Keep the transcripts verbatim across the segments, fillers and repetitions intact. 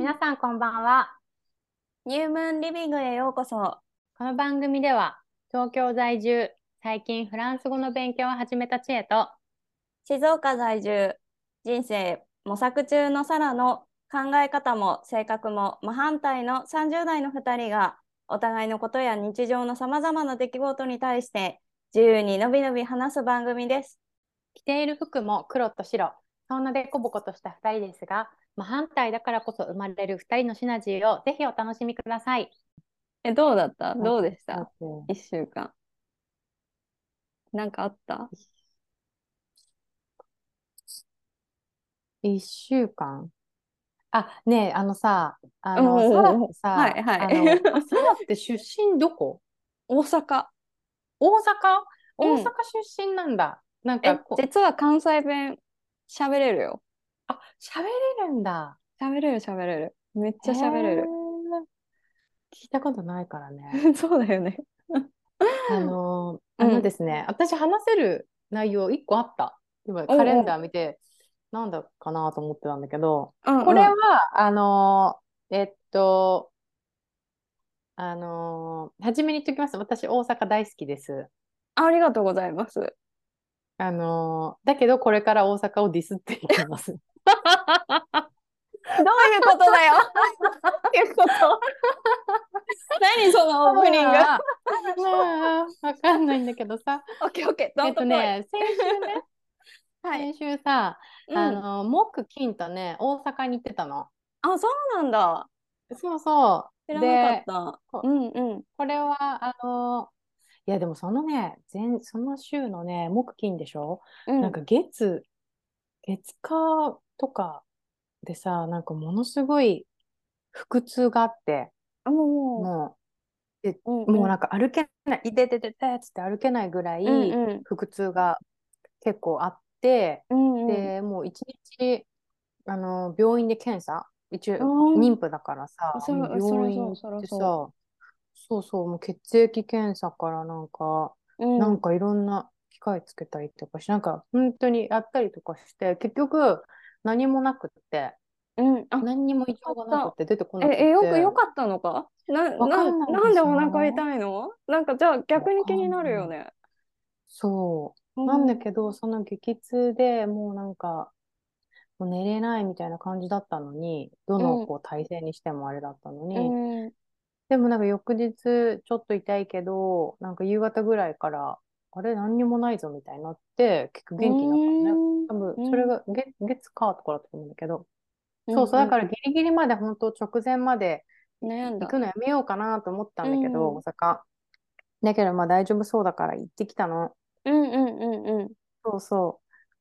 皆さんこんばんは。 ニュームーンリビングへようこそ。 この番組では東京在住、最近フランス語の勉強を始めた知恵と、 静岡在住、人生模索中のサラの考え方も性格も真反対のさんじゅう代のふたりが、お互いのことや日常のさまざまな出来事に対して自由にのびのび話す番組です。 着ている服も黒と白、そんなでこぼことしたふたりですが、真反対だからこそ生まれるふたりのシナジーをぜひお楽しみください。 え、どうだっただどうでしだった？ ていっ 週間。なんかあった？ いっしゅうかん。あ、ねえ、あのさ、あおーの、サラっおーおー、はてさ、 いはい。 あの、サラって出身どこ？ 大阪。 大阪？大阪うん。 出身なんだ。なんかえ、 こう、 実は関西弁喋れるよ。 あ、喋れるんだ。 喋れる喋れる。めっちへゃ喋れる。 え。聞いたことないからね。 そうだよね。 あのーあのうん。 ですね、私話せる内容いっこあった。今カレンおうおう。 ダー見て、なんだかなと思ってたんだけど、これうんうん。 は、あのーえっと、あのー初めに言っておきます。私、大阪大好きです。 ありがとうございます。どうあのーだけど、これから大阪をディスっていきます。 いうことだよ。どういうこと？何そのオープニング？ ああ、まあ、わかんないんだけどさ。 オッケーオッケー、どえんとこい。 っとね、先週ね、 はい。 先週さ、あうん。 の、木、金とね、大阪に行ってたの。 あ、そうなんだ。 そうそ知う。 らなかっで、 た。うこ、 んうん。 これは、あの、いや、でもそのね、前、その週のね、木、金でしょ？ うん。 なんか月、月火とかでさ、なんかものすごい腹痛があって、 あ、ももう、で、 う、うんうん。 もうなんか歩けない、いててててっつって歩けないぐらうんいうん。 腹痛が結構あって、 うんうん。 で、もう一日、あの、病院で検査、一応妊婦あだからさ、 あ、そもうろ、そろそう、 病院行っそろそてさ、そうそう、もう血液検査からなんか、 う。うん。 なんかいろんな機械つけたりとかし、なんか本当にやったりとかして、結局何もなくって、 うん。あ、 何にも異よか常がなくっった。 て出てこなくえ、え、よく、 って、 よかったのかな、な、 わかんないなんででしお腹ょ？ 痛いの？なんか、じゃあわ逆に気になるかんない。 よね。 そうう。なんだん。 けど、その激痛でもうなんか、もう寝れないみたいな感じだったのに、どうん。 のこう体勢にしてもあれだったのうに、 ん。 でもなんか翌日ちょっと痛いけど、なんか夕方ぐらいから、あれ何にもないぞみたいになって、結構う元気になったのね。 ん。 多分うん。 それが月、月かとかだったと思うんだけど、そうそう、 うん。うん。 だからギリギリまで本当直前までい悩んだ。 行くのやめようかなと思ったうんだけど、大ん。 阪。だけどまあ大丈夫そうだから行ってきたの。 うんうんうんうん。 そうそう。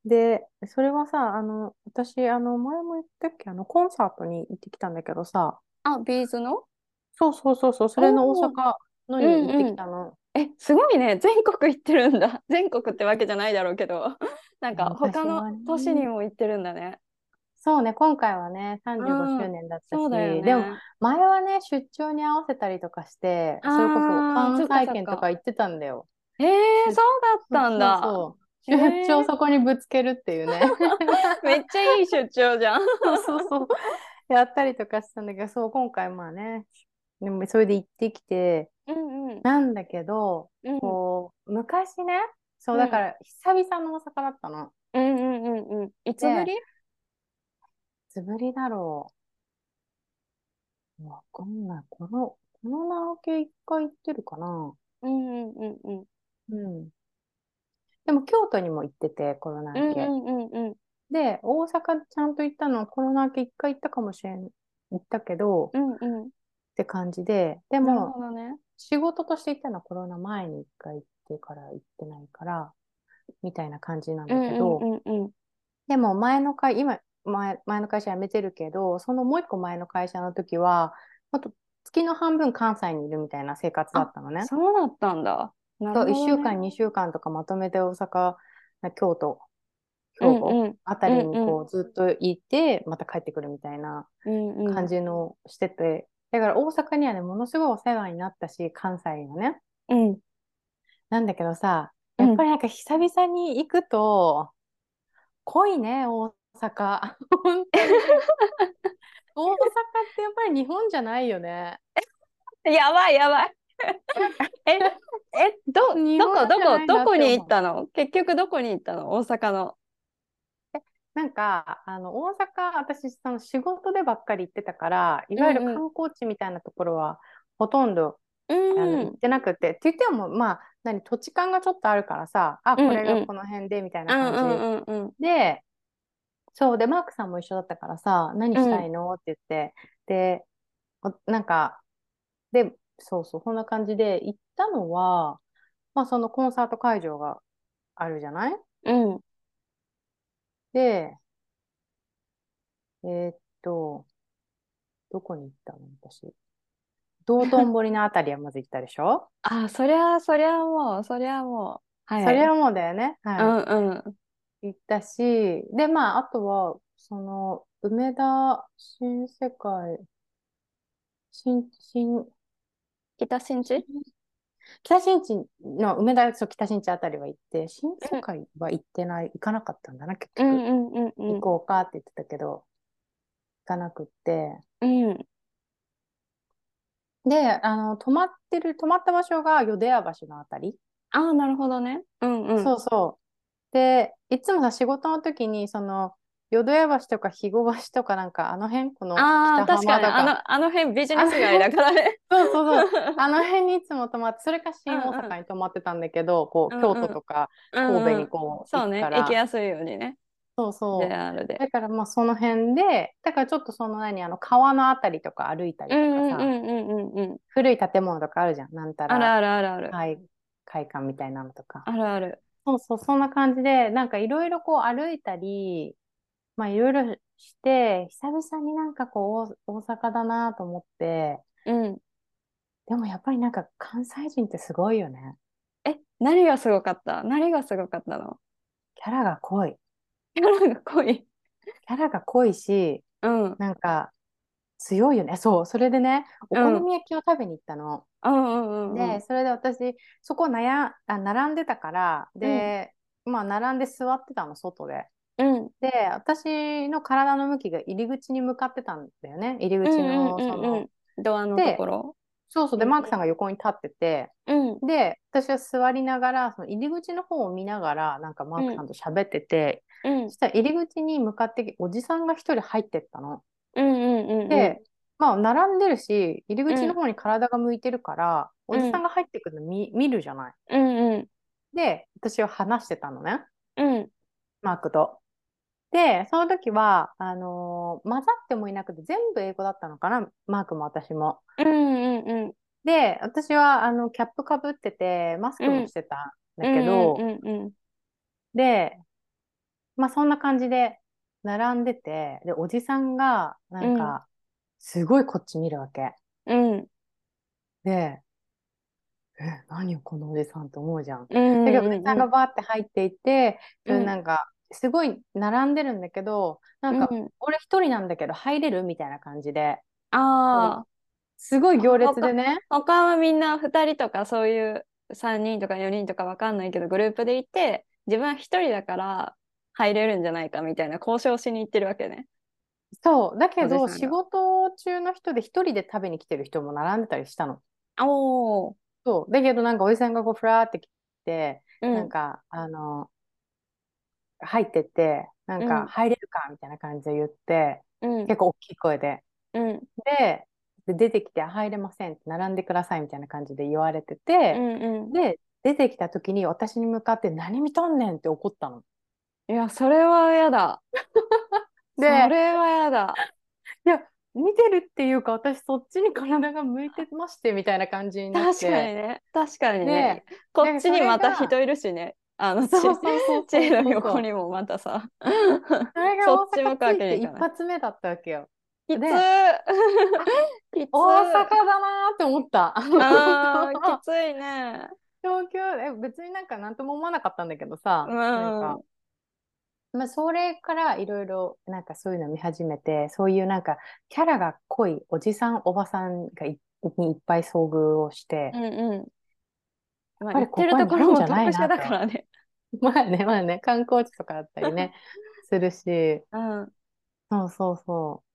で、それはさ、あの、私、あの、前も言ったっけ、あの、コンサートに行ってきたんだけどさ、 あ、ビーズの？ そうそうそうそう、それの大おおー。 阪のうに行ってんうん。 きたの。 え、すごいね。全国行ってるんだ。全国ってわけじゃないだろうけど。なんか他の私はね、 都市にも行ってるんだね。 そうね、今回はね、さんじゅうご周うん。 年だったそうだよし、でも、 ね。 前はね、出張に合わせたりとかして、それこそああ、そっか関西圏とそっか。 か行ってたんだよ。 えー、 出そうだっそうたんそうだ。 そう。 え出張ー、 そこにぶつけるっていうね。 めっちゃいい出張じゃん。 そうそうそう。やったりとかしたんだけど、そう、今回まあね、でもそれで行ってきて、 うんうん。 なんだけど、 うんこう、昔ね、そう、だかうんら久々の大阪だったの。 うんうんうんうん。いつぶで、 り？ いつぶりだろう。わかんない。この、この長家一回行ってるかな。 うんうんうんうん。 うん。でも京都にも行ってて、コロナうんう明け。 んうんうん。 で、大阪ちゃんと行ったのはコロナ明け一回行ったかもしれん、行ったけど、 うんうん。 って感じで、でなるも、 ほどね。 仕事として行ったのはコロナ前に一回行ってから行ってないから、みたいな感じなんうんうんだけど、 うんうん。 でも前の会、今、前、前の会社辞めてるけど、そのもう一個前の会社の時は、あと月の半分関西にいるみたいな生活だっあ、 たのね。 そうだったんだ。なるそう、1 ほどね。 週間、にしゅうかんとかまとめて大阪、京都、兵庫うんうんあたうんうんりにこうずっといて、また帰ってくるみたいなうんうん感じのしてて、だから大阪にはね、ものすごいお世話になったし、関西のね。 うんなんだけどさ、やっぱうん。 りなんか久々に行くと、濃いね、大阪。本当に。 大阪ってやっぱり日本じゃないよね。 やばいやばい。え、え、ど、 日本どこ、どこ、 じゃないどこに行なって思う。 ったの？結局どこに行ったの？大阪の。 なんか、あの、大阪、私、その仕事でばっかり行ってたから、いわゆるうんうん。 観光地みたいなところは、ほとんど、 うあの、行っん。 てなくて、って言っても、まあ、何、土地勘がちょっとあるからさ、あ、 うんこれがうん。 この辺で、みたいなうんう感じんうんうん。 で、そう、で、マークさんも一緒だったからさ、何したうん。 いのって言って、で、おなんか、で、そうそう、こんな感じで行ったのは、まあ、そのコンサート会場があるじゃない。 うん。 で、えーっと、どこに行ったの私。道頓堀のあたりはまず行ったでしょ。 あ、そりゃ、そりゃもう、そりゃもう。はい。 それはもうだよね。 うはい。 んうん。 行ったし、で、まあ、あとは、その、梅田新世界、新、新、 北新地。 新北新地の梅田、そう、北新地あたりは行って、新世うん界は行ってない、行かなかったんだな、結局。 うんうんうんうん。 行こうかって言ってたけど、行かなくって。 うん。 で、あの、泊まってる、泊まった場所が淀屋橋のあたり。 ああ、なるほどね。うんうん。 そうそう。で、いつもさ、仕事の時に、その、淀屋橋とか肥後橋とかなんか、あの辺、このああ、 北確かに、 浜とか、 あの、あの辺ビジネス街あの辺、 だからね。 そうそうそう、あの辺にいつも泊まって、それかうん新大うん。 阪に泊まってたんだけど、こう、京うんうん。 都とか神戸うんうん。 にこう行そうね。 くから、 行きやすいようにね。 そうそう。 ジェイアール で。 だからまあその辺で、だからちょっとその何、あの川のあたりとか歩いたりとかうんうんうさ、 んうんうんうん。 古い建物とかあるじゃん。なんたら、 あるあるあるある。 はい、会館みたいなのとか。 あるある。 そうそう、そんな感じで、なんかいろいろこう歩いたり、まあいろいろして、久々になんかこう大、大阪だなと思って、 うん。 でもやっぱりなんか関西人ってすごいよね。 え、何がすごかった？何がすごかったの？ キャラが濃い。 キャラが濃い。 キャラが濃いし、 うん。うんなんか強いよね。そう、それでね、お好うんみ焼きを食べに行ったの。 うんうんうで、 ん。 それで私、そこ悩あ、並んでたから、 うんで、まあ、並んで座ってたの、外で。 うんで、私の体の向きが入り口に向かってたんだよね。入りうんうん口の、その、 うんうん。ドアのとこで、 ろ。 そうそう、で、 うんマークさんが横に立ってて、 うんで、私は座りながら、その入り口の方を見ながら、なんかマークさうんんと喋ってて、 うんそしたら入り口に向かっておじさんが一人入ってったの。 うんうんうんうんで、まあ、並んでるし、入りうん口の方に体が向いてるから、おじさんうんが入ってくるの見、見るじゃない。 うんうんで、私は話してたのね、 うんマークと。で、その時は、あのー混ざってもいなくて、全部英語だったのかな、マークも私も。 うんうんで、私は、あの、キャップかぶってて、マスクもうんしてたんだけうんど、 うんうんで、まあ、そんな感じで、並んでて、で、おじさんが、なうんんか、すごいこっち見るわけ。 うんで、え、何よ、このおじさんと思うじゃん。 うだけど、おじんうんさんがバーって入っていて、それうんなんか、すごい並んでるんだけど、なんか、 うん俺一人なんだけど入れるみたいな感じで、こう、 あすごいあ行列で他ね、 他はみんなふたりとかそういうさんにんとかよにんとかわかんないけどグループでいて自分はひとりだから入れるんじゃないかみたいな交渉しに行ってるわけね、 そう、だけど、仕おじさんが。 事中の人で一人で食べに来てる人も並んでたりしたの。 おお。 そう、だけど、なんかおじさんがこう、ふらーって来て、 うんなんか、あの、入ってって、なんか、 うん入れるかみたいな感じで言って、 うん結構大きい声で。 うんで、で出てきて入れませんって並んでくださいみたいな感じで言われてうて、 んうん。 で、出てきた時に私に向かって何見とんねんって怒ったの。 いや、それはやだ。そで、 れはやだ。 いや、見てるっていうか私そっちに体が向いてましてみたいな感じになっ確かにて、 ね。確かにね。 で、 こっで、そちにまたれが、 人いるしね。あのそうち、 そうそうチェそうのそうそう、 横にもまたさ。 それがそ大阪っち向くわ着いて一けにいかない。 発目だったわけよ。 きつで、 ー。 あ、 きつ大阪ー。 だなーって思った。本あー、き当ついね。 東京、え、別になんか何とも思わなかったんだけどさ、 うなんか、 ん。 まあ、それからいろいろなんかそういうの見始めて、そういうなんかキャラが濃いおじさん、おばさんがいにいっぱい遭遇をして、やっうんうん。まあ、 ぱ行ってりここは日るところも本じゃない特殊だかなと。 らね。 まあね、まあね、観光地とかだったりね、するし、 うん。 そうそうそう。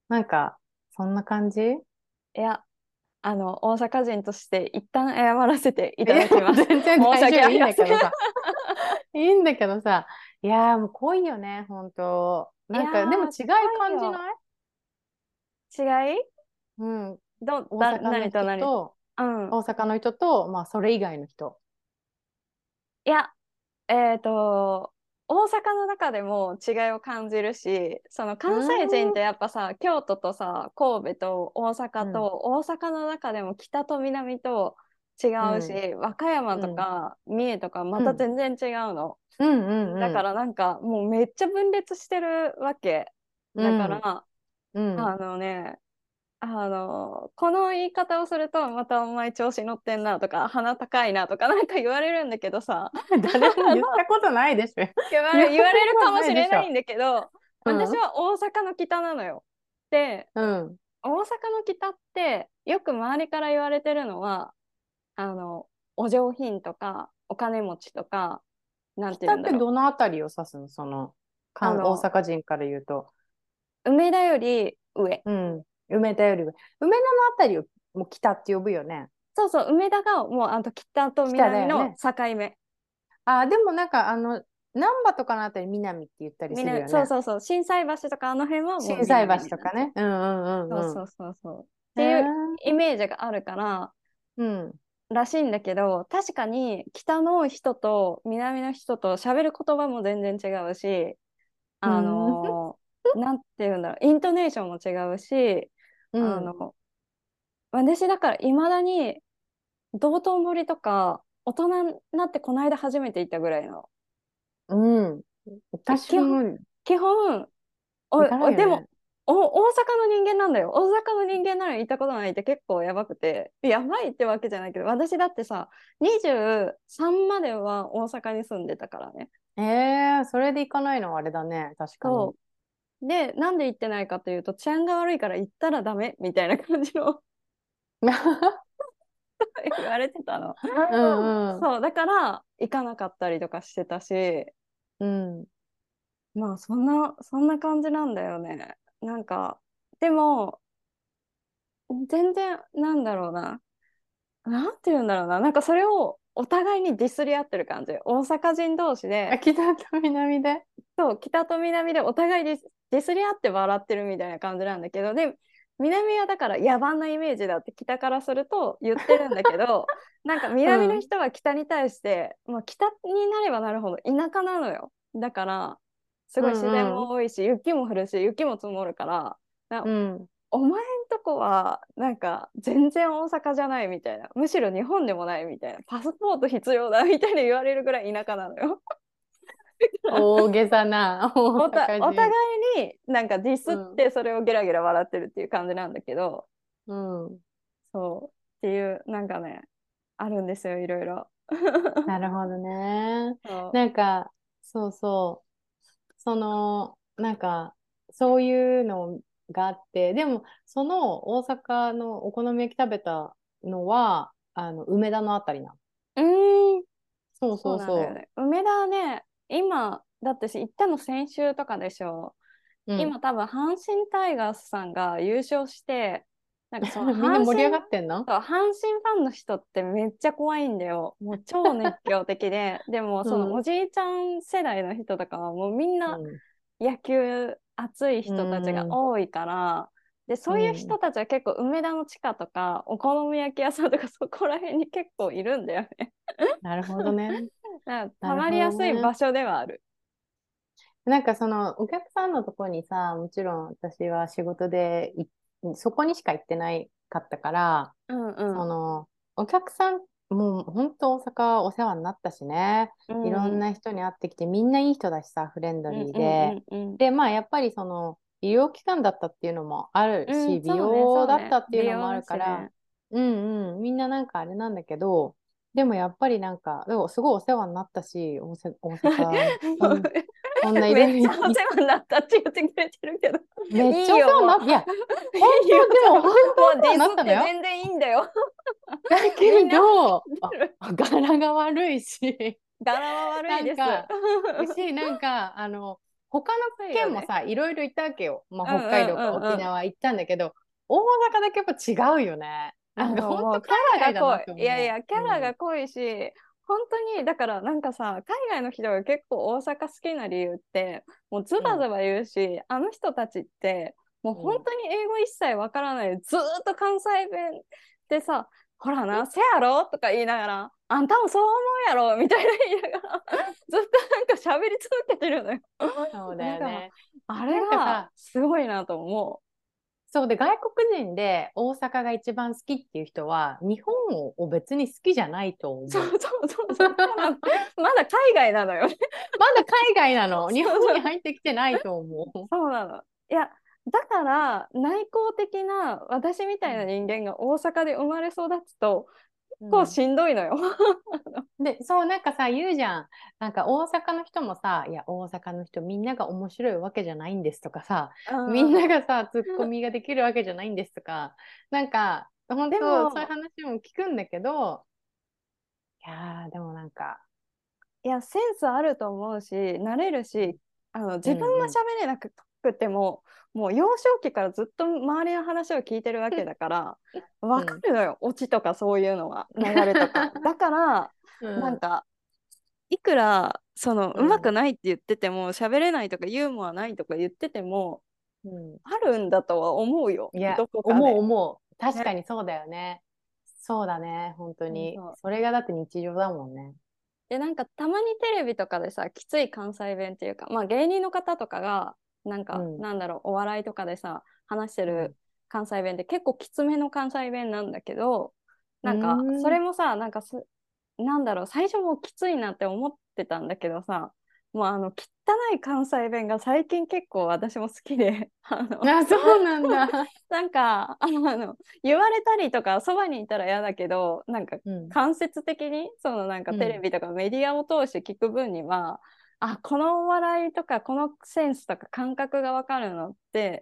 なんか、そんな感じ？いいや、あの、大阪人として一旦謝らせていたや、 だきます。 全然申し大丈夫。いいん訳ありません。 だけどさ。いいんだけどさ。いやー、もう濃いよね、本当。 いやなんか、でもー、 違い濃いよ。 感じない？ 違いうん。 ど、 大だ、 阪の何と何と。 人と、 うん。 大阪の人と、まあ、それ以外の人。 いや、えっと、大阪の中でも違いを感じるし、そのうー関西人ってん。 やっぱさ、京都とさ、神戸と大うん。 阪と、大阪の中でも北と南と違うし、 うん。 和歌山とうん。 か三重とかまうん。 た全然違うの。 うん。うん。 だからなんかもうめっちゃ分裂してるわけ。だかうん。 ら、 うん。 あのね、あの、この言い方をすると、またお前調子乗ってんなとか、鼻高いなとかなんか言われるんだけどさ、 誰も言ったことないでしょ。 言われ、 言われた言われることかもしないでしょ。 れないんだけど、 うん。 私は大阪の北なのよ。で、 うん。 大阪の北ってよく周りから言われてるのは、あの、お上品とか、お金持ちとか、なんて北って言うんだろう。 どのあたりを指すの？その、関大あの、 阪人から言うと。 梅田より上。 うん。梅田より上。梅田のあたりをもう北って呼ぶよね。 そうそう、梅田がもうあと北と南の北だよね。 境目。 あ、でもなんか、あの、難波とかのあたり南って言ったりする南、 よね。 そうそうそう、心斎橋とかあの辺はもう心斎南になっちゃう。 橋とかね。うんうんうんそうそうそうそう。っうん。へていうえ。 イメージがあるから、 うん。 らしいんだけど、確かに北の人と南の人と喋る言葉も全然違うし、あうん。 のーなんて言うんだろう、イントネーションも違うし、 うん。 あの、私だからいまだに道頓堀とか大人になってこの間初めて行ったぐらいの。 うん。私基本、 も基本、お、 行かなお、でも、 いよね。 お、大阪の人間なんだよ。大阪の人間なのに行ったことないって結構やばくて。やばいってわけじゃないけど、私だってさ、にじゅうさんまでは大阪に住んでたからね。 ええ、それで行かないのはあれだね。確かに。 そう。で、なんで行ってないかというと、治安が悪いから行ったらダメみたいな感じの言われてたの。 うんうん。 そう、だから行かなかったりとかしてたし、 うん。 まあそんな、そんな感じなんだよね。なんか、でも、全然、なんだろうな。なんて言うんだろうな。なんかそれをお互いにディスり合ってる感じ。大阪人同士あ、 で、 北と南で。 そう、北と南でお互いディス、ディスり合って笑ってるみたいな感じなんだけど、で、南はだから野蛮なイメージだって北からすると言ってるんだけど、なんかう南のん。 人は北に対して、まあ、北になればなるほど田舎なのよ。だから、すうごい自然んうん。 も多いし、雪も降るし、雪も積もるから、なうん。 お前んとこはなんか全然大阪じゃないみたいな、むしろ日本でもないみたいな、パスポート必要だみたいに言われるぐらい田舎なのよ。 大げさな大おた、お互阪人。 いになんかディスっうん。 てそれをゲラゲラ笑ってるっていう感じなんだけど、 うん。 そうっていうなんかね、あるんですよ、いろいろ。 なるほどね。 そなんか、そうそう。その、なんか、そういうのがあって、でも、その大阪のお好み焼き食べたのは、あの、梅田のあたりな。 う。うーん、 そうそうそうそなんだよね。梅田はね、今、だってし行ったの先週とかでしょ。 う。うん。 今多分阪神タイガースさんが優勝して、なんかそのみんな阪神、 盛り上がってんの？ そう阪神ファンの人ってめっちゃ怖いんだよ。もう超熱狂的で、でもうそのおん。 じいちゃん世代の人とかはもうみんなうん。 野球熱いう人たちがん。 多いから、で、そういううん。 人たちは結構梅田の地下とかお好み焼き屋さんとかそこら辺に結構いるんだよね。 なるほどね。 だからたなるほまりやどね。 すい場所ではある。 なんかそのお客さんのとこにさ、もちろん私は仕事でいそこにしか行ってないかったから、 うんうん。 そのお客さん、もう本当大阪お世話になったしね、いろんうんな人に会ってきて、みんないい人だしさ、フレンドうんうリーで。 んうんで、まあやっぱりその医療機関だったっていうのもあるうん。うし、 ん、 美そうね、 容だっそうね。 たっていうのもあ美容だるから、 しね。 うんうん、みんななんかあれなんだけど、でもやっぱりなんか、でもすごいお世話になったし、大阪、大阪、そんそんないろいろめっちゃお世話になったって言ってくれてるけど、 めっちゃお世いいよ、もう。 話になっ、いや、本いいよ、 当、でも本当お世話にもうディスなったのよ。 って全然いいんだよ。 だけみんな分かど、あ、 ってる。 柄が悪いし、 柄は悪ないです。 んか、し、なんか、あの、 他の県もそうよね。 さ、いろいろ行ったわけよ。まあ、 うんうん北海道かうんうん。 沖縄行ったんだけど、大阪だけやっぱ違うよね。 いや、 なんか本当でももうキャ海外だなラが濃い。 って思いやいや、キャう。 ラがうん。 濃いし、本当に、だからなんかさ、海外の人が結構大阪好きな理由って、もうズうん。 バズバ言うし、あの人たちって、もううん。 本当に英語一切わからない、ずーっと関西弁でさ、ほらな、せやろとか言いながら、あんたもそう思うやろみたいな言いながら、ずっとなんか喋り続けてるのよ。 そうだだから、 よね。 あれがなんかさ、 すごいなと思そうで、外国人で大阪が一番好きっていう人は、日う。 本を別に好きじゃないと思う。 そうそうそうそう。そうなの。まだ海外なのよね。 まだ海外なの。日本にそうそう。 入ってきてないと思そうなの。いや、だから内向的な私みう。うん。 たいな人間が大阪で生まれ育つと結構うん。 しんどいのよ。 で、そう、なんかさ、言うじゃん。なんか大阪の人もさ、いや、大阪の人みんなが面白いわけじゃないんですとかさ、みんうん。 ながさ、ツッコミができるわけじゃないんですとか、なんか、本で当そういうも、 話も聞くんだけど、いやー、でもなんか、 いや、センスあると思うし、慣れるし、あの自分うんうん。 は喋れなくても、もう幼少期からずっと周りの話を聞いてるわけだから、わかうん。 るのよ、オチとかそういうのが、流れとか。だから、 うん。 なんか、いくらそのうん。 上手くないって言ってても喋れないとかユーモアないとか言っててもうん。 あるんだとは思うよ、 いや、 どこか思うで。 思う。確かね。 にそうだよね。そうだね、本当に。 そうそう。 それがだって日常だもんね。 で、なんかたまにテレビとかでさ、きつい関西弁っていうか、まあ芸人の方とかが、なんか、 うん。 なんだろう、お笑いとかでさ、話してうん。 る関西弁って結構きつめの関西弁なんだけど、 うーなんか、それん。 もさ、なんかす、なんだろう、最初もきついなって思ってたんだけどさ、もうあの、汚い関西弁が最近結構私も好きで、あの、 あ、そうなんだ。 なんか、あの、言われたりとか、そばにいたら嫌だけど、なんか、 うん。 間接的に、そのなんかテレうん。 ビとかメディアを通して聞く分には、あ、このお笑いとか、このセンスとか感覚がわかるのって、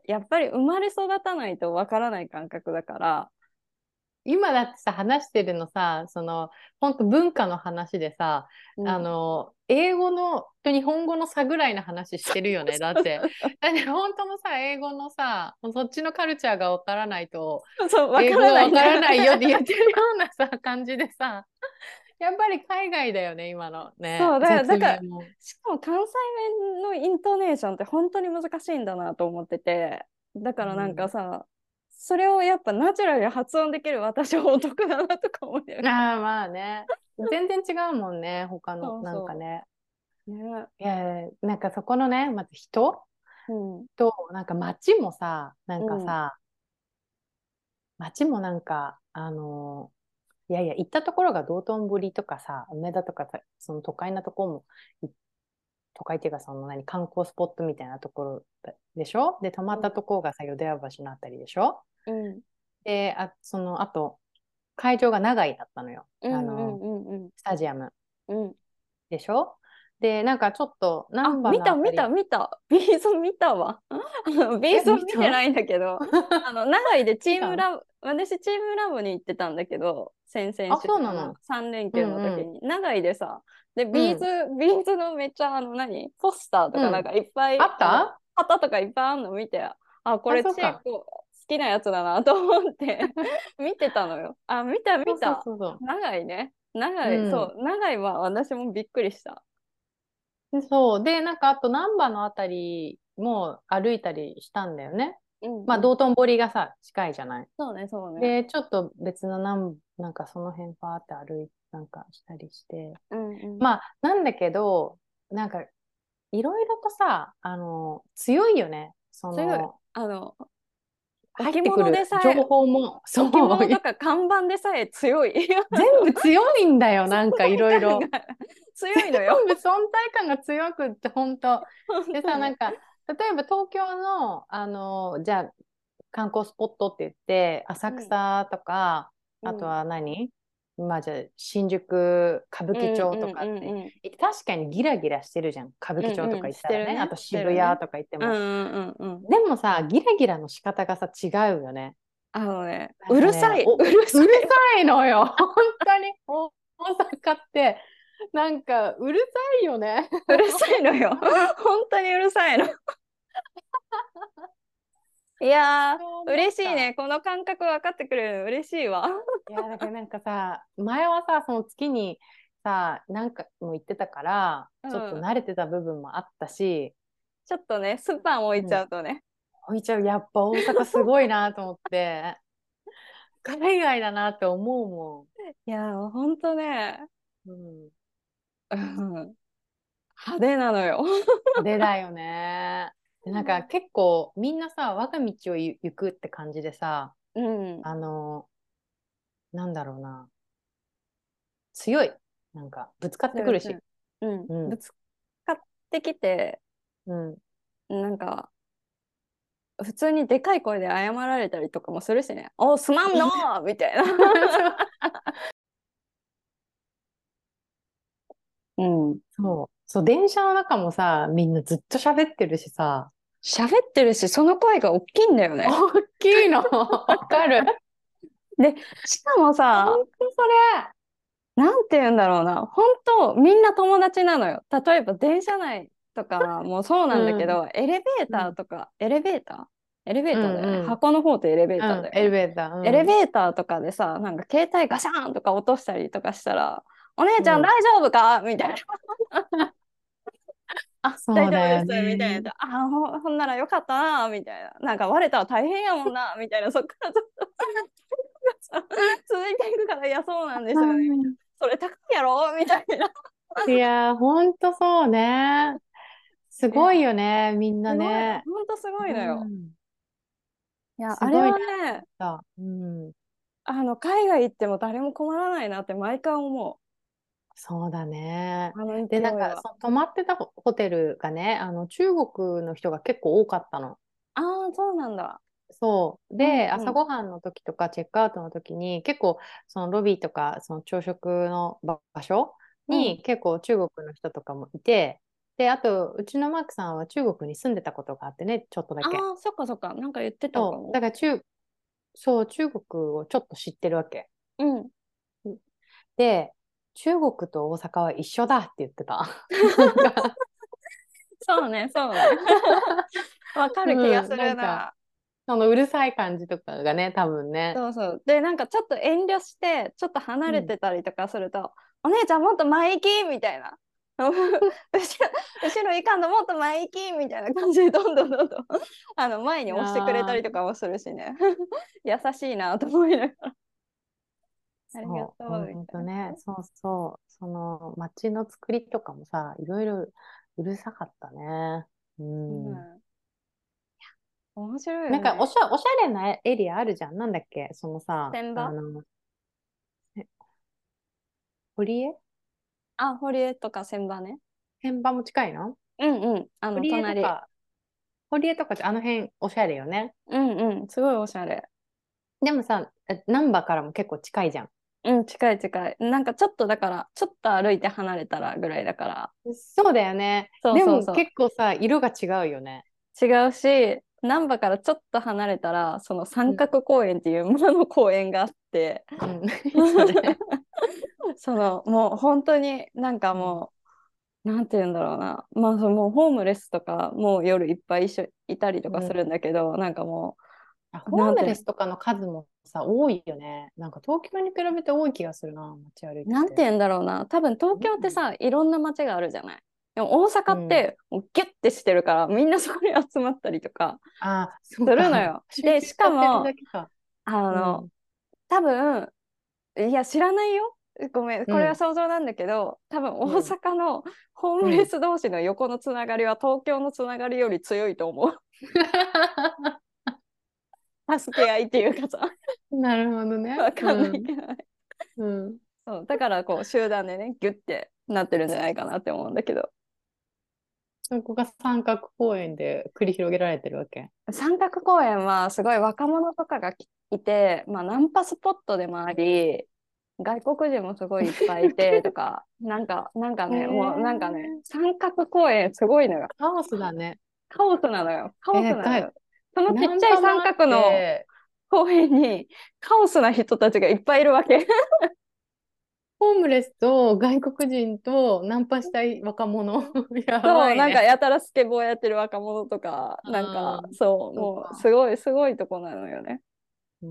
やっぱり生まれ育たないとわからない感覚だから、 今だってさ、話してるのさ、その、本当文化の話でさ、あうん。 の、英語のと日本語の差ぐらいの話してるよね。だって、だって本当のさ、英語のさ、そっちのカルチャーがわからないと、 そう、わか英語がわからないんだよらないよってね。 言ってるようなさ、感じでさ、やっぱり海外だよね、今のね、 そう、だから、 説だから、 明も。 しかも関西弁のイントネーションって本当に難しいんだなと思ってて、だからなんかうん。 さ、それをやっぱナチュラルに発音できる私はお得だなとか思ってる。 ああ、まあね。全然違うもんね、他の、 そうそなんかね。 う。ね。 いやいや、なんかそこのね、まず人うん。 と、なんか街もさ、なんうん。 かさ、街もなんか、あのいやいや、行ったところが道頓堀とかさ、梅田とかさ、その都会なところも、い都会っていうかその何、観光スポットみたいなところでしょ。で、泊まったところがさ、淀屋橋のあたりでしょ。 うん。 で、あ、その後、会場が長井だったのよ。 うんうんあの、 うんうんスタジアムうん。 でしょ。で、なんかちょっと、 あ、 難波見た見たのあたり、 見た。ビーズ見たわ。あのビーえ、 ズ見た。 見てないんだけど、あの、長井でチ見た。 ームラブ、私チームラブに行ってたんだけど、先々 あ、 週かな、 そうなの。 さん連休うんうん。 の時に。長井でさ、で、 うビーズ、 ん。 ビーズのめっちゃあの何、ポスターとうん。 かなんかいっぱあい、あの、 った。 旗とかいっぱいあんの見て、あ、こあ、 れそうか。 チェコ好きなやつだなと思って見てたのよ。あ、見たそうそう見た。 そうそ長井ね。 う。 長井、 うん。 そう、長井は私もびっくりした。 でそう。で、なんかあと難波のあたりも歩いたりしたんだよね。まあ、 うんうん。 道頓堀がさ、近いじゃない。 そうね、そうね。 で、ちょっと別のなん、なんかその辺パーって歩いなんかしたりして。 うんうん。 まあ、なんだけど、なんか、いろいろとさ、あの、強いよね。そ強い。 の、 あの、 入っ置物でてくる情さえ、 報も、そう、 置物とか看板でさえ強い。あ全の部強いんだよ、 存なんかいろいろ。 在感が強いのよ。 全部存在感が強くって、本当。でさ、な本当に。 んか、例えば東京の、あの、じゃあ、観光スポットって言って、浅うん。 草とか、 うん。 あとは何まあじゃあ、新宿、歌舞う伎町とんうんかって、 うん確かにギラギラしてるじゃん。歌舞うん。 伎町とかうんうん。 行ったらね。あしてるね。 としてるね。 渋谷とか行ってうんも。 うんうんうん。 でもさ、ギラギラの仕方がさ、違うよね。 あのね、 なんかね、 うるさい。 お、 うるさうるいの。 さいのよ。本当に。お大阪って。 なんかうるさいよね。 うるさいのよ。本当にうるさいの。いやそうー、 思った。 嬉しいね。この感覚分かってくれるの嬉しいわ。 いや、だからなんかさ、前はさ、その月にさ、何回も行ってたから、 うん。 ちょっと慣れてた部分もあったし、 ちょっとね、スパン置いちうん、 ゃうとね。 置いちゃう。やっぱ大阪すごいなと思って、海外だなって思うもいやー、ほんとね、 ん。うん。 うん、派手なのよ。 派手だよね。で、なんか結構みんなさ、我が道を行行くって感じでさ、 うん。 あの、なんだろうな、強い。なんか、ぶつかってくるし。 強い強い。うん。 うん。 ぶつかってきて、 うん。 なんか、普通にでかい声で謝られたりとかもするしね。お、すまんのーみたいな。うん。 そう。そう、電車の中もさ、みんなずっと喋ってるしさ、 喋ってるし、その声が大きいんだよね。 大きいの。わかる。 で、しかもほんさ、 とそれ。 なんて言うんだろうな。本当みんな友達なのよ。例えば電車内とかもそうなんだうん。 けど、エレベーターうん。 とか、エレベーターエレベーうんターだよね。 うん。 箱の方ってエレベーうん。エレターだよね。 ベーター。 エレうん。 ベーターとかでさ、なんか携帯ガシャーンとか落としたりとかしたら、お姉うん。 ちゃん大丈夫かみたいな。あ、大丈夫です、 そうだよみたいな。 ね。 あ、ほ、ほんならよかったな、みたいな。なんか割れたら大変やもんな、みたいな。そっからずっと続いていくから、いや、そうなんですよね。みたいな。 うん。 それ高いやろみたいな。 いやー、ほんとそうね。すいや、 ごいよね、みんなすごい、 ね。 ほんとすごいうのよ。 ん。 いや、あれすごいなはね、 と思った。うん。 あの、海外行っても誰も困らないなって毎回思そうだね。 う。あので、なんか、 勢いは。 その泊まってたホホテルがね、あの、中国の人が結構多かったの。 ああ、そうなんだ。 そう。 うんで、朝うん。 ごはんの時とかチェックアウトの時に、結構、そのロビーとか、その朝食の場場所うん。 に結構中国の人とかもいて、で、あと、うちのマークさんは中国に住んでたことがあってね、ちょっとだけ。 ああ、そっかそっか。なんか言ってたかそう。だも。 から中、そう、中国をちょっと知ってるわけ。 うん。 で、中国と大阪は一緒だって言ってた。なんか、 そうね、そうね。わかる気がうん、 すなんか、 るな。 そのうるさい感じとかがね、多分ね。 そうそう。で、なんかちょっと遠慮して、ちょっと離れうん。 てたりとかすると、お姉ちゃんもっと前行きみたいな。後ろ、後ろ行かんともっと前行きみたいな感じでどんどんどんどんあの前に押してくれたりとあかもするしね。優しいなと思いながら。ありがそう、 とうみたいな。 ほんとね、そうそう、その街の作りとかもさ、いろいろうるさかったね。うん。 うん。面白いよね。 なんかおしゃ、おしゃれなエリアあるじゃん。なんだっけ、そのさ、 千葉。 あの、え堀江あ、堀江とか千葉ね。 千葉も近いの？ うんうん。あの、 堀江と隣。 か、堀江とかあの辺おしゃれよね。 うんうん。すごいおしゃれ。 でもさ、え難波からも結構近いじゃん。 うん、近い近い。なんかちょっとだから、ちょっと歩いて離れたらぐらいだから。 そうだよね。 そうでもそうそ結構さ、色が違うよね。 う。違うし、難波からちょっと離れたら、その三うん。 角公園っていう村の公園があって、 うん。それ。 そのもう本当になんかうん。 もう、なんて言うんだろうな。まあ、そのもうホームレスとかもう夜いっぱい一緒いたりとうん。 かするんだけど、なんかもあ、 う、 ホームレなんて、 スとかの数もさ、多いよね。なんか東京に比べて多い気がするな、街歩いてて。 なんて言うんだろうな。多分東京ってうん。 さ、いろんな街があるじゃない。でも大阪うん。 ってもうギュッてしてるからみんなそこに集まったりとかあ、そすうか。 るのよ。 集で、し中しちゃってるかも、 だけか。 あの、 うん。 多分、いや、知らないよ。ごめん、これはうん。 想像なんだけど、多分大うん。 阪のホームレうん。 ス同士の横のつながりは東京のつながりより強いと思う。助け合いっていうかさ、 なるほどね。 わかんないうん。 けどね。 うん。 そう、だからこう集団でね、ギュッてなってるんじゃないかなって思うんだけど。 そこが三角公園で繰り広げられてるわけ。 三角公園はすごい若者とかがきいて、まあ、ナンパスポットでもあり、外国人もすごいいっぱいいてとか、なんか、なんかへね、もうなんかね、 え。 三角公園すごいのよ。 カオスだね。 カオスなのよ。カオスえー、か、 なのよ。そのちっナンちゃい三パもあっ角のて、 公園にカオスな人たちがいっぱいいるわけ。 ホームレスと外国人とナンパしたい若者。やそう、なんかばいね。 やたらスケボーやってる若者とか、なんか、 うん。 そう、もうそうか。 すごい、すごいとこなのよね。 うん。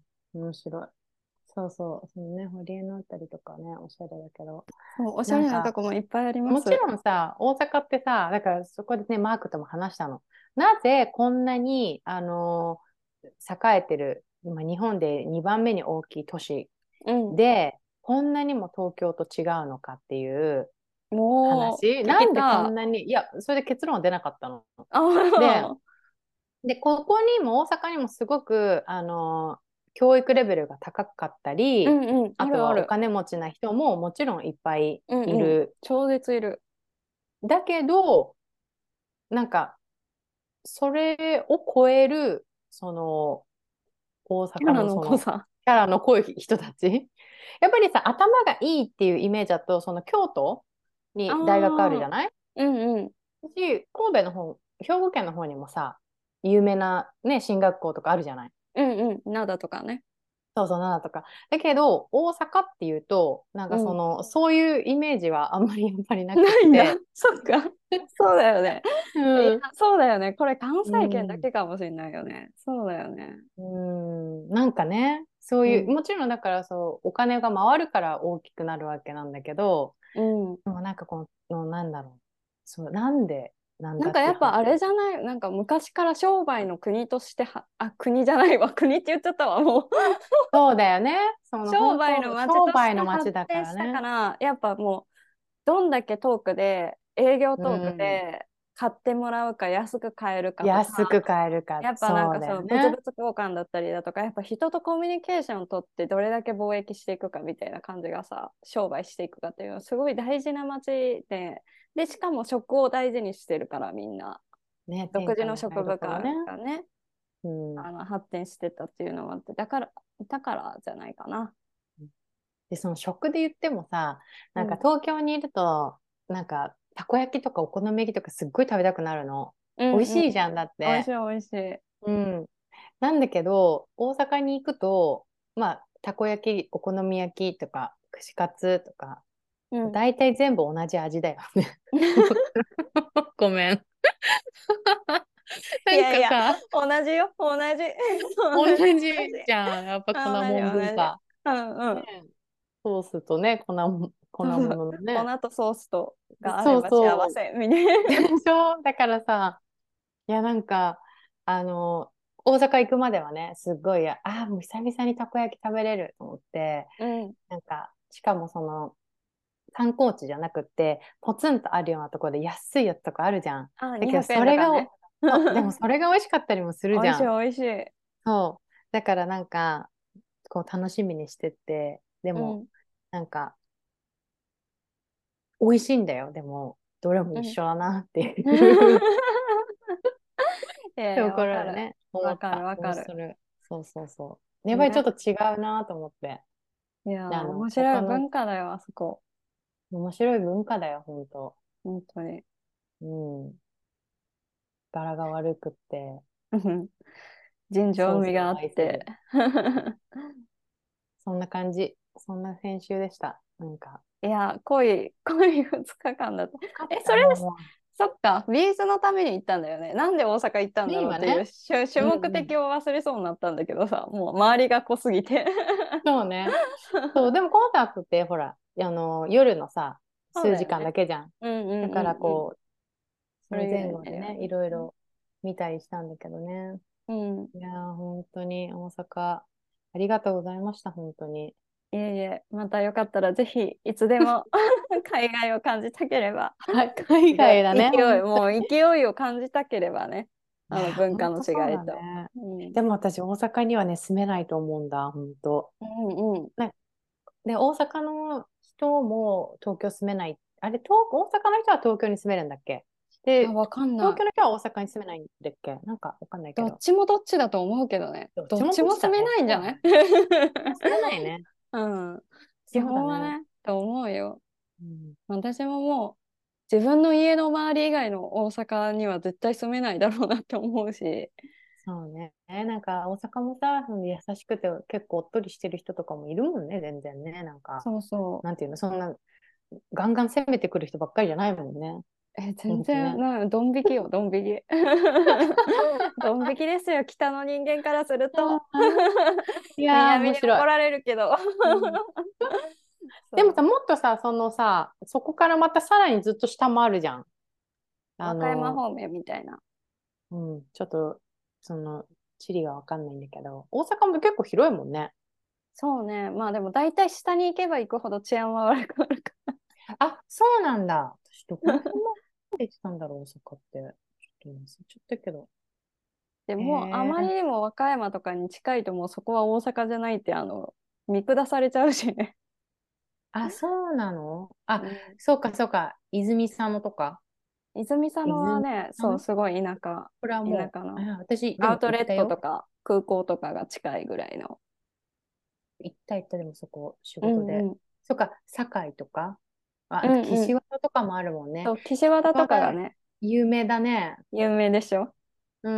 面白い。そうそう。そのね、堀江のあたりとかね、おしゃれだけど。 そう、おしゃれなとなんか、 こもいっぱいありまもちす。 ろんさ、大阪ってさ、だからそこでね、マークとも話したの。なぜこんなに、あの栄えてる、今日本でにばんめに大きい都市うん。 で、こんなにも東京と違うのかっていうも話。 う、聞きなんでこんた。 なに、いや、それで結論は出なかったの。で、 あで、ここにも大阪にもすごく、あの教育レベルが高かったうり、 んうん、ああとるある。 はお金持ちな人ももちろんいっぱいうんうん、 いる。 超絶いる。 だけど、なんか、それを超える、その、大キャラ阪のその、 の濃さ。 キャラの濃い人たち。やっぱりさ、頭がいいっていうイメージだと、その京都あに大学あるじあ、 ゃないうんうん。 し、神戸の方、兵庫県の方にもさ、有名なね、進学校とかあるじゃない。 うんうん。灘とかね。 そうそう、なとか。だけど、大阪っていうと、なんうん。 かその、そういうイメージはあんまりやっぱりなくっないんだ。 て。 そっか。そうだよね。 ういや、 ん。 そうだよね。これ関う西圏だん。 けかもしれないよね。そうだよね。 うん。なんかね、そういう、 うん。 もちろんだからそう、お金が回るから大きくなるわけなんだけど、 うん。 でもなんかこの、なんだろう。そう、なんでなんなんだっていう話。 かやっぱあれじゃない、なんか昔から商売の国としては、あ、国じゃないわ、国って言っちゃったわ、もう。 そうだよね。その商本当、 売の街商として売の街だか発展したからね。 ら、やっぱもう、どんだけトークで、営業うトークん。 で買ってもらうか、安く買えるかとか、 安く買えるか。 やっぱなんそうかそう、物々 だよね。 交換だったりだとか、やっぱ人とコミュニケーションを取ってどれだけ貿易していくかみたいな感じがさ、商売していくかっていうのはすごい大事な街で、で、しかも食を大事にしてるからみんな、 ね、 独自の天下の台食文化所ね。 がね、 うん。 あの発展してたっていうのもあって、だから、だからじゃないかな。 で、その食で言ってもさ、なんかうん。 東京にいると、なんか、たこ焼きとかお好み焼きとかすっごい食べたくなるの。美味うんうん。 しいじゃん、だって。 美味しい美味しい。 うん。なんだけど、大阪に行くと、まあ、たこ焼き、お好み焼きとか、串カツとか、 うん。 大体全部同じ味だよね。ごめん。なんいやいや、 かさ、 同じよ、同じ。同同じ、同じ。 じじゃん。やっぱ粉同じ、 もん文同じ。 化。 うんうん。 ね、ソースとね、粉も、粉そうそう。 物のね。 粉とソースとがあれそうば幸そう。 せみたいでな。 しょだからさ、いや、なんか、あの、大阪行くまではね、すっごい、ああ、もう久々にたこ焼き食べれると思って、 うん。 なんか、しかもその、観光地じゃなくって、ポツンとあるようなところで安いやつとかあるじゃん。 あ、 だけど、 にひゃくえんそれがお、 とかね。 そうでもそれが美味しかったりもする美味しい美じゃん。 味しい。 そう。だからなんか、こう楽しみにしてて、でも、 うん。 なんか、美味しいんだよ。でも、どれもうん。 一緒だなっていういやいや、 とこわかる。 ろでね、思わかるった。 わかる。 もうそれ、そうそうそう。やっぱりちょっね。 と違うなと思って。 いやー、 あの、 面白い他の文化だよ、あそこ。 面白い文化だよ、本当。 本当に。 うん。柄が悪くって、 うん人情ソースを味があって。 愛せず。そんな感じ。そんな編集でした。なんか、 いや、濃い、濃いふつかかんだった。え、そよかった、 れ、 もそっか、ビーズのために行ったんだよね。なんで大阪行ったんう。 だろうっていうメインはね。 主、主うんうん。 目的を忘れそうになったんだけどさ、もう周りが濃すぎて。 そうね。そう、でもコンサートって、ほら、あの、夜のさ、数時間そうだよね。 だけじゃん。 うんうんだからうんうん。 こう、そのそれ以外前後でね、 にね。 いろいろ見たりしたんだけどね。 うん。 いやー、本当に大阪、ありがとうございました、本当に。 いえいえ、またよかったらぜひいつでも海外を感じたければ、 はい、海外で、 だね、 勢い、 本当もう勢いを感じたければね、 に。いあのやー、 文化の本当そう違いと。 だね。 うん、 でも私、大阪にはね、住めないと思うんだ、本当。 うんうん。 ね、で、大阪の人も東京住めない。あれ、東、大阪の人は東京に住めるんだっけ？ あ、 で、 わかんない。 東京の人は大阪に住めないんだっけ？なんかわかんないけど。 どっちもどっちだと思うけどね。 どっちもどっちどっちだね。 も住めないんじゃないそうだね。どっちも住めないね。 うん。基そうだね。 本はね、と思うよ。 うん。 私ももう、自分の家の周り以外の大阪には絶対住めないだろうなって思うし。 そうね。なんか大阪もさ、優しくて結構おっとりしてる人とかもいるもんね、全然ね。なんか、 そうそなんていうの、そんなガンガン攻めてくる人ばっかりじゃないもんね。 う。え、全ほんとね。 然な、ドン引きよ、ドン引き。ドン引きですよ、北の人間からすると。 いやー、 南面白い。 に怒られるけど。 うん、でもさ、 そう。 もっとさ、そのさ、そこからまたさらにずっと下もあるじゃん。あ和歌山の、 方面みたいな。 うん、ちょっと、その、地理がわかんないんだけど、大阪も結構広いもんね。 そうね。まあでも大体下に行けば行くほど治安は悪くなるから。 あ、そうなんだ。私、どこら辺まで行ってたんだろう、大阪って。ちょっと忘れちゃったけど。 でへもあまりえ。 にも和歌山とかに近いともうそこは大阪じゃないってあの見下されちゃうしね。 あ、そうなの。あ、 うん、 そうか、そうか。泉佐野とか。 泉佐野は泉ね、 佐野、 そうすごい田舎、 これはもう、 田舎のあ、私、でもアウトレッ行ったよ。 トとか空港とかが近いぐらいの。 行った行った、でもそこ、仕事で。 うんうん。 そうか、堺とか。あ、あと、 うんうん。 岸和田とかもあるもんね。 そう、岸和田とまだかがね、 有名だね。 有名でしょ。 うん。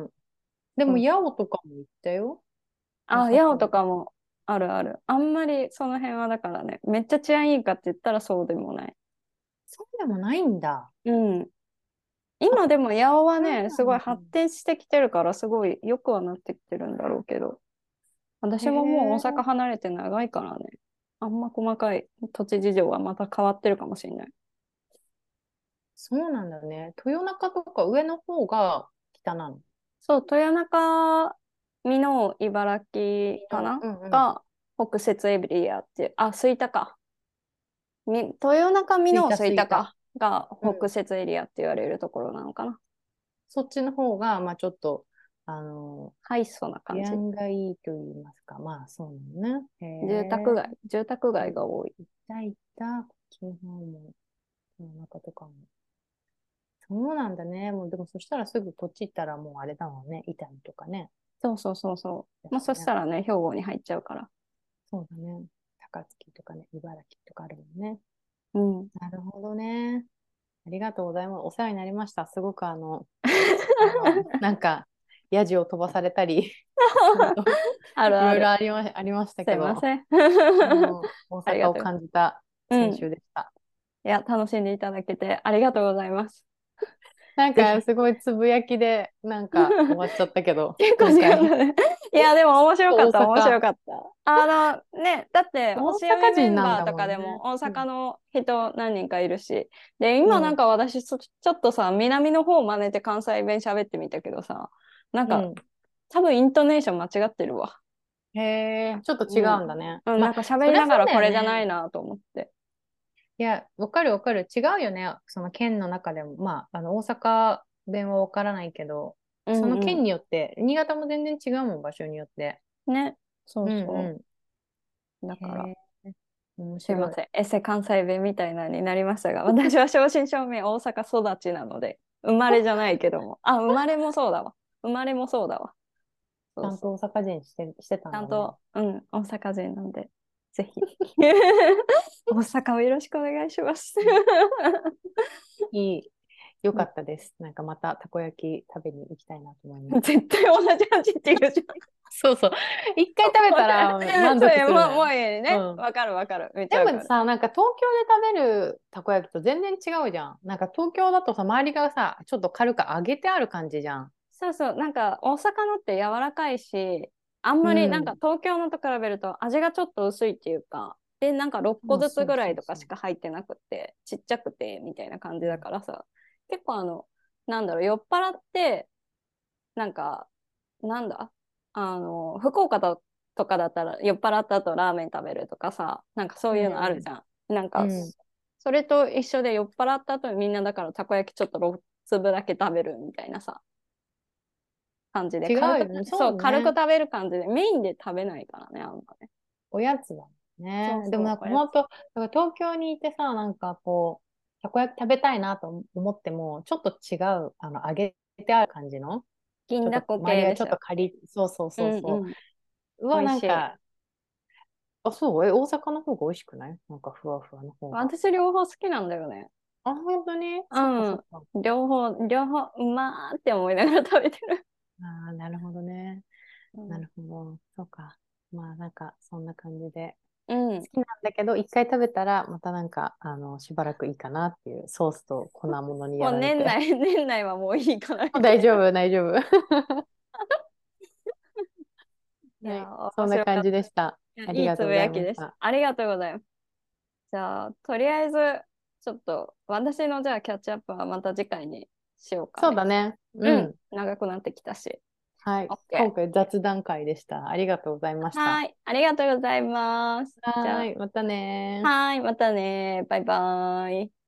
でも、 そうそう。 八尾とかも行ったよ。大あ、八尾と阪。 かもあるある。あんまりその辺はだからね、めっちゃ治安いいかって言ったらそうでもない。 そうでもないんだ。 うん。 あ、 今でも八尾はそうね、すごいなんだ。 発展してきてるから、すごい良くはなってきてるんだろうけど、 へ私ももう大阪え。 離れて長いからね、あんま細かい土地事情はまた変わってるかもしれない。 そうなんだね。豊中とか上の方が北なの。 そう、豊中、美濃、茨城かのなうんうん。 が北摂エリアっていう、あ、吹田か。み豊中、美濃、 着いた着いた。 吹田かがうん。 北摂エリアって言われるところなのかな。 そっちの方が、まあちょっと、あの、 ハイソな感じ。 治安がいいと言いますか。まあそうなのね。へ住宅え。 街、住宅うん。 街が多い。 行った行った。こっちの方も、豊中とかも。そうなんだね。もうでもそしたらすぐこっち行ったらもうあれだもんね。伊丹とかね。 そうそうそうそう。まあ、そしですね。 たらね、兵庫に入っちゃうから。 そうだね。高槻とかね、茨城とかあるもんね。 うん。 なるほどね。ありがとうございます。お世話になりました。すごくあの、あの、なんか、ヤジを飛ばされたり、あのいろいろあるある。 ありま、ありましたすいけど、 ません。 あの、大阪をありがとう。 感じた先うん。 週でした。 いや、楽しんでいただけてありがとうございます。 なんか、 ぜひ。 すごいつぶやきで、なんか、終わっちゃったけど、 結構今回。 時間だね。いや、でも面白か大った、面白阪、 かった。あの、ね、だって、 大星読み阪人なんメンバーとだもんね。 かでも大うん。 阪の人何人かいるし。で、 うん。 今なんか私そ、ちょっとさ、南の方を真似て関西弁喋ってみたけどさ、なんか、 うん。 多分イントネーション間違ってるわ。 へえ、ちょっと違うん。 うんだね。 うん、 まあ、 なんか喋そりゃそうりながらこれじゃなだよね。 いなと思って。 いや、わかるわかる。違うよね。その県の中でも。まあ、あの、大阪弁はわからないけど、 うんうその県によって、新潟も全然違うもん、場所によって。 ん。ね。そううそんうう。だん。 から、 へえ、面白い。 すいません。エセ関西弁みたいなになりましたが、私は正真正銘大阪育ちなので、生まれじゃないけども。あ、生まれもそうだわ。生まれもそうだわ。そうそう。 ちゃんと大阪人して、してたんだね。 ちゃんと、うん、大阪人なんで、ぜひ。大阪をよろしくお願いします。 いい。よかったです。なんかまたたこ焼き食べに行きたいなと思います。 絶対同じ味って言うじゃん。 そうそう。一回食べたら満そういう、もう、も足するのよ。 ういいね。 うん。 わかるわかる。めっちゃわかる。 でもさ、なんか東京で食べるたこ焼きと全然違うじゃん。なんか東京だとさ、周りがさ、ちょっと軽く揚げてある感じじゃん。 そうそう、なんか大阪のって柔らかいし、あんうまりなんかん。 東京のと比べると味がちょっと薄いっていうか、で、なんかろっこずつそうそうぐらいとかそうそう。 しか入ってなくて、ちっちゃくてみたいな感じだうん。 からさ、結構あの、なんだろう、酔っ払って、なんか、なんだあの、福岡ととかだったら酔っ払った後ラーメン食べるとかさ、なんかそういうのあるうん。 じゃん。なんか、 うん。 それと一緒で酔っ払った後にみんなだからたこ焼きちょっとろっ粒だけ食べるみたいなさ。感じで、 違う軽く、 よね。 そう、軽くそうね。 食べる感じで、メインで食べないからね、あんまね。 おやつだね。でもなんそうそう、おやつ。 か本当、だから東京にいてさ、なんかこう、たこ焼き食べたいなと思っても、ちょっと違う、あの、揚げてある感じの、ちょっと銀だこ周りがちょっと系でしょ。 カリッ、そうそううそうそんうん。 う。うわ、 美味しい。 なんか、あ、そうえ、大阪の方が美味しくないなんかふわふわの方が。 私両方好きなんだよね。 あ、本当にそっかうん。 そっか。 両方、両方、うまーって思いながら食べてる。 ああ、なるほどね。 うん。 なるほど。そうか。まあなんかそんな感じで。 うん。 好きなんだけど、一回食べたらまたなんかあのしばらくいいかなっていうソースと粉物にもうやられて。 年内、年内はもういいかなみたいな。 大丈夫、大丈夫。 いやはい。 ー、面そんな感白かった。 じでした。 いやいいつぶありがとうござやきでした。 いました。 ありがとうございます。じゃあ、とりあえず、ちょっと、私のじゃあキャッチアップはまた次回にしようかね。 そうだね。ううん。 ん。 長くなってきたし。 はい。今 OK。 回雑談会でした。ありがとうございました。 はーい。ありがとうございます。じゃはーい。またねあ、 ー。 はーい。またね。バイバーイ。